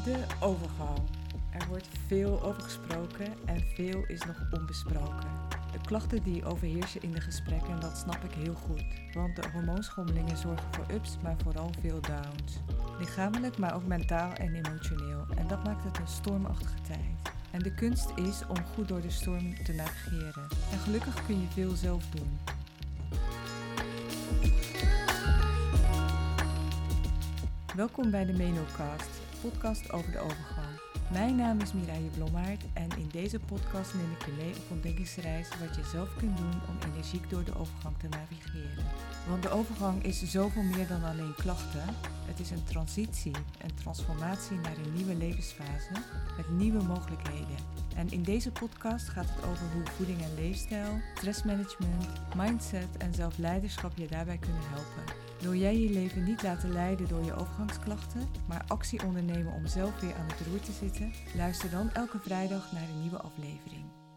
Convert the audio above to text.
De overgang. Er wordt veel over gesproken en veel is nog onbesproken. De klachten die overheersen in de gesprekken, dat snap ik heel goed. Want de hormoonschommelingen zorgen voor ups, maar vooral veel downs. Lichamelijk, maar ook mentaal en emotioneel. En dat maakt het een stormachtige tijd. En de kunst is om goed door de storm te navigeren. En gelukkig kun je veel zelf doen. Welkom bij de Menocast, podcast over de overgang. Mijn naam is Mireille Blommaert en in deze podcast neem ik je mee op ontdekkingsreis wat je zelf kunt doen om energiek door de overgang te navigeren. Want de overgang is zoveel meer dan alleen klachten. Het is een transitie, een transformatie naar een nieuwe levensfase met nieuwe mogelijkheden. En in deze podcast gaat het over hoe voeding en leefstijl, stressmanagement, mindset en zelfleiderschap je daarbij kunnen helpen. Wil jij je leven niet laten leiden door je overgangsklachten, maar actie ondernemen om zelf weer aan het roer te zitten? Luister dan elke vrijdag naar een nieuwe aflevering.